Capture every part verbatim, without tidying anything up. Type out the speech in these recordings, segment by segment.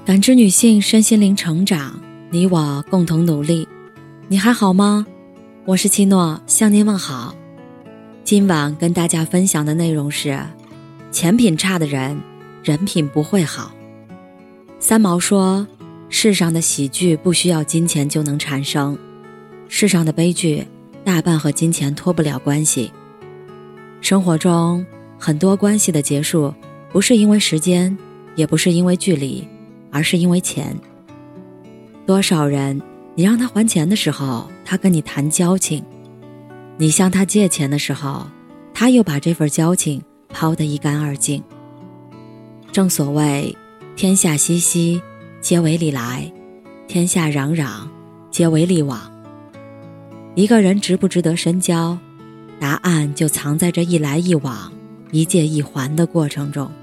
感知女性身心灵成长，你我共同努力。你还好吗？我是七诺，向您问好。今晚跟大家分享的内容是：钱品差的人，人品不会好。三毛说，世上的喜剧不需要金钱就能产生，世上的悲剧大半和金钱脱不了关系。生活中很多关系的结束，不是因为时间，也不是因为距离，而是因为钱。多少人，你让他还钱的时候，他跟你谈交情；你向他借钱的时候，他又把这份交情抛得一干二净。正所谓，天下熙熙，皆为利来；天下攘攘，皆为利往。一个人值不值得深交，答案就藏在这一来一往、一借一还的过程中。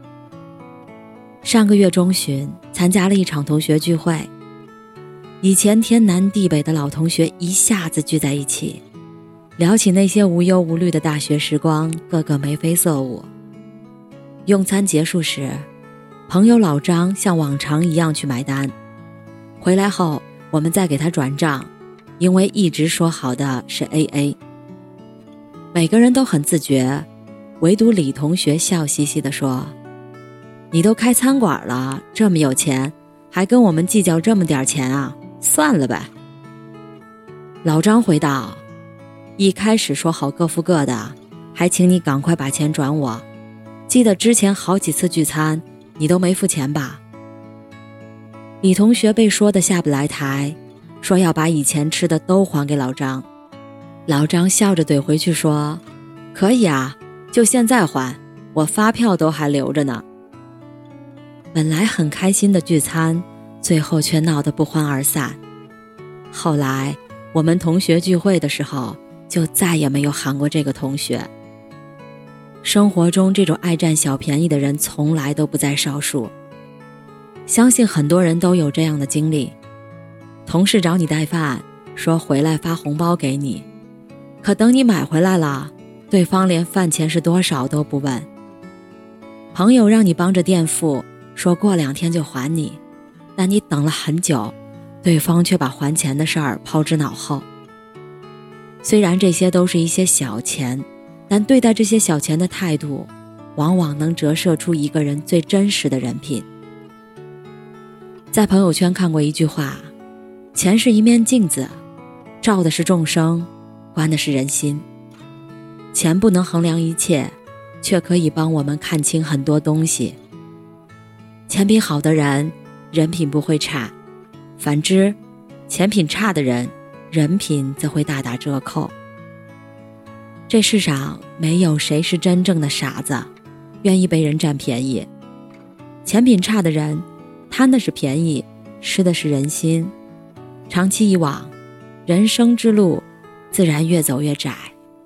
上个月中旬参加了一场同学聚会，以前天南地北的老同学一下子聚在一起，聊起那些无忧无虑的大学时光，个个眉飞色舞。用餐结束时，朋友老张像往常一样去买单，回来后我们再给他转账，因为一直说好的是 A A。 每个人都很自觉，唯独李同学笑嘻嘻地说，你都开餐馆了，这么有钱，还跟我们计较这么点钱啊？算了呗。老张回道，一开始说好各付各的，还请你赶快把钱转我，记得之前好几次聚餐你都没付钱吧？李同学被说得下不来台，说要把以前吃的都还给老张。老张笑着怼回去说，可以啊，就现在还，我发票都还留着呢。本来很开心的聚餐，最后却闹得不欢而散。后来我们同学聚会的时候，就再也没有喊过这个同学。生活中这种爱占小便宜的人从来都不在少数，相信很多人都有这样的经历。同事找你带饭，说回来发红包给你，可等你买回来了，对方连饭钱是多少都不问。朋友让你帮着垫付，说过两天就还你，但你等了很久，对方却把还钱的事儿抛之脑后。虽然这些都是一些小钱，但对待这些小钱的态度，往往能折射出一个人最真实的人品。在朋友圈看过一句话，钱是一面镜子，照的是众生，观的是人心。钱不能衡量一切，却可以帮我们看清很多东西。钱品好的人，人品不会差，反之，钱品差的人，人品则会大打折扣。这世上没有谁是真正的傻子，愿意被人占便宜。钱品差的人，贪的是便宜，失的是人心。长期以往，人生之路自然越走越窄。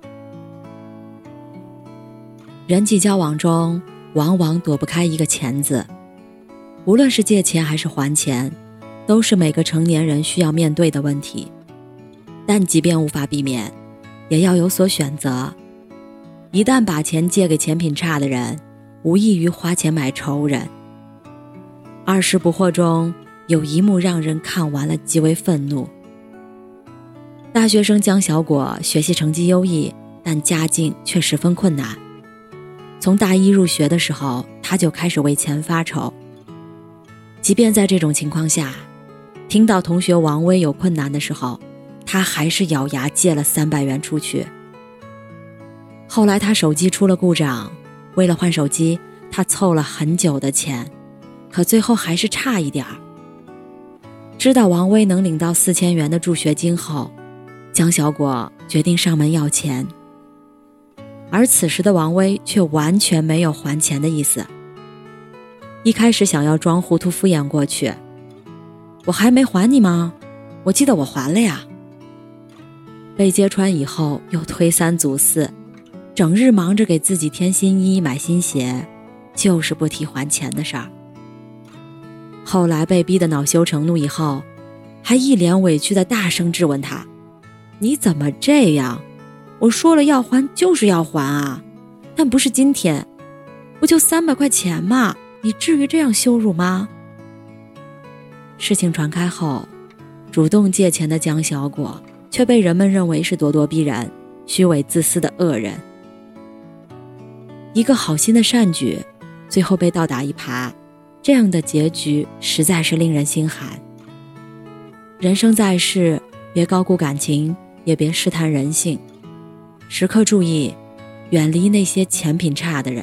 人际交往中，往往躲不开一个钱字。无论是借钱还是还钱，都是每个成年人需要面对的问题。但即便无法避免，也要有所选择。一旦把钱借给钱品差的人，无异于花钱买仇人。二十不惑中有一幕让人看完了极为愤怒。大学生江小果学习成绩优异，但家境却十分困难。从大一入学的时候，他就开始为钱发愁。即便在这种情况下，听到同学王威有困难的时候，他还是咬牙借了三百元出去。后来他手机出了故障，为了换手机，他凑了很久的钱，可最后还是差一点儿。知道王威能领到四千元的助学金后，江小果决定上门要钱。而此时的王威却完全没有还钱的意思。一开始想要装糊涂敷衍过去，我还没还你吗？我记得我还了呀。被揭穿以后又推三阻四，整日忙着给自己添新衣买新鞋，就是不提还钱的事儿。后来被逼得恼羞成怒以后，还一脸委屈地大声质问他，你怎么这样？我说了要还就是要还啊，但不是今天，不就三百块钱吗？你至于这样羞辱吗？ 事情传开后，主动借钱的江小果却被人们认为是咄咄逼人、虚伪自私的恶人。一个好心的善举，最后被倒打一耙，这样的结局实在是令人心寒。人生在世，别高估感情，也别试探人性，时刻注意远离那些钱品差的人。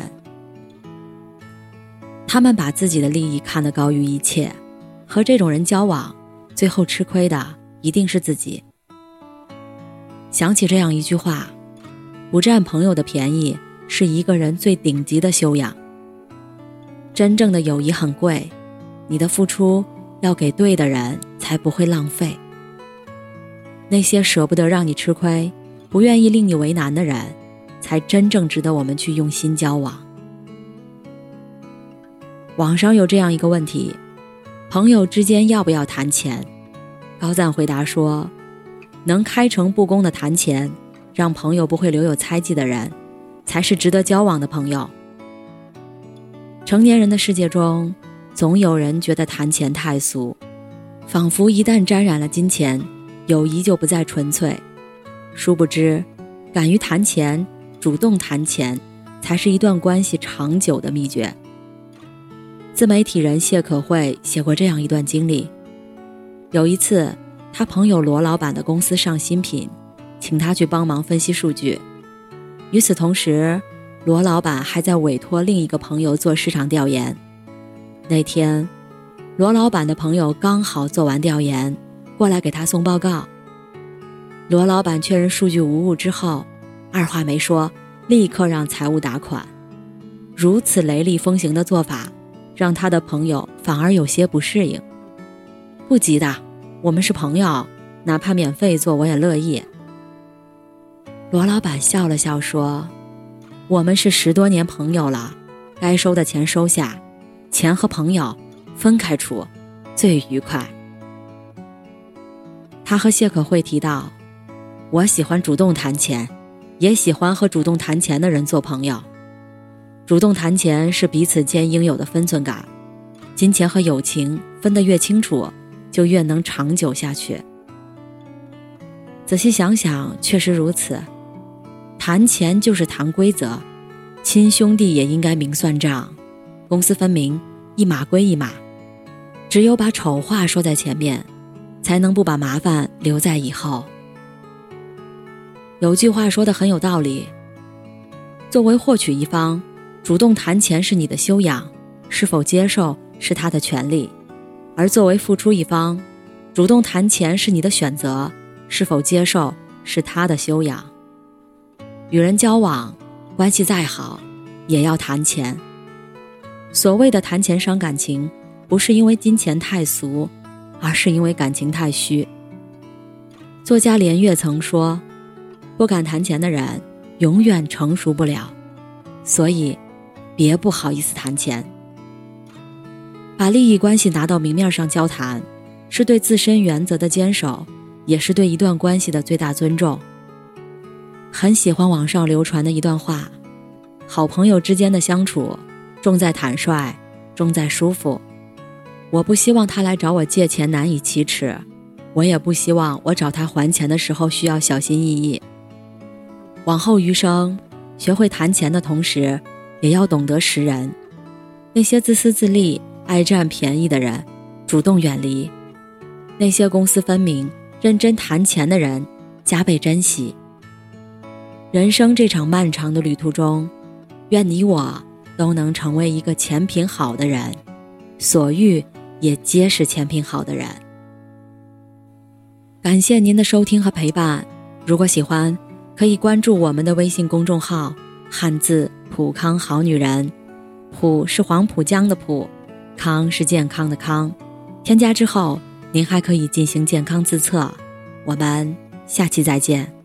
他们把自己的利益看得高于一切，和这种人交往，最后吃亏的一定是自己。想起这样一句话，不占朋友的便宜是一个人最顶级的修养。真正的友谊很贵，你的付出要给对的人，才不会浪费。那些舍不得让你吃亏，不愿意令你为难的人，才真正值得我们去用心交往。网上有这样一个问题，朋友之间要不要谈钱？高赞回答说，能开诚布公地谈钱，让朋友不会留有猜忌的人，才是值得交往的朋友。成年人的世界中，总有人觉得谈钱太俗，仿佛一旦沾染了金钱，友谊就不再纯粹。殊不知，敢于谈钱，主动谈钱，才是一段关系长久的秘诀。自媒体人谢可慧写过这样一段经历。有一次，他朋友罗老板的公司上新品，请他去帮忙分析数据。与此同时，罗老板还在委托另一个朋友做市场调研。那天，罗老板的朋友刚好做完调研，过来给他送报告。罗老板确认数据无误之后，二话没说，立刻让财务打款。如此雷厉风行的做法，让他的朋友反而有些不适应。不急的，我们是朋友，哪怕免费做我也乐意。罗老板笑了笑说，我们是十多年朋友了，该收的钱收下，钱和朋友分开出，最愉快。他和谢可慧提到，我喜欢主动谈钱，也喜欢和主动谈钱的人做朋友。主动谈钱是彼此间应有的分寸感，金钱和友情分得越清楚，就越能长久下去。仔细想想，确实如此。谈钱就是谈规则，亲兄弟也应该明算账，公私分明，一码归一码。只有把丑话说在前面，才能不把麻烦留在以后。有句话说得很有道理，作为获取一方，主动谈钱是你的修养，是否接受是他的权利；而作为付出一方，主动谈钱是你的选择，是否接受是他的修养。与人交往，关系再好，也要谈钱。所谓的谈钱伤感情，不是因为金钱太俗，而是因为感情太虚。作家连岳曾说，不敢谈钱的人永远成熟不了，所以别不好意思谈钱。把利益关系拿到明面上交谈，是对自身原则的坚守，也是对一段关系的最大尊重。很喜欢网上流传的一段话，好朋友之间的相处，重在坦率，重在舒服。我不希望他来找我借钱难以启齿，我也不希望我找他还钱的时候需要小心翼翼。往后余生，学会谈钱的同时，也要懂得识人。那些自私自利、爱占便宜的人，主动远离；那些公私分明、认真谈钱的人，加倍珍惜。人生这场漫长的旅途中，愿你我都能成为一个钱品好的人，所遇也皆是钱品好的人。感谢您的收听和陪伴，如果喜欢，可以关注我们的微信公众号汉字普康好女人，普是黄浦江的浦，康是健康的康。添加之后，您还可以进行健康自测。我们下期再见。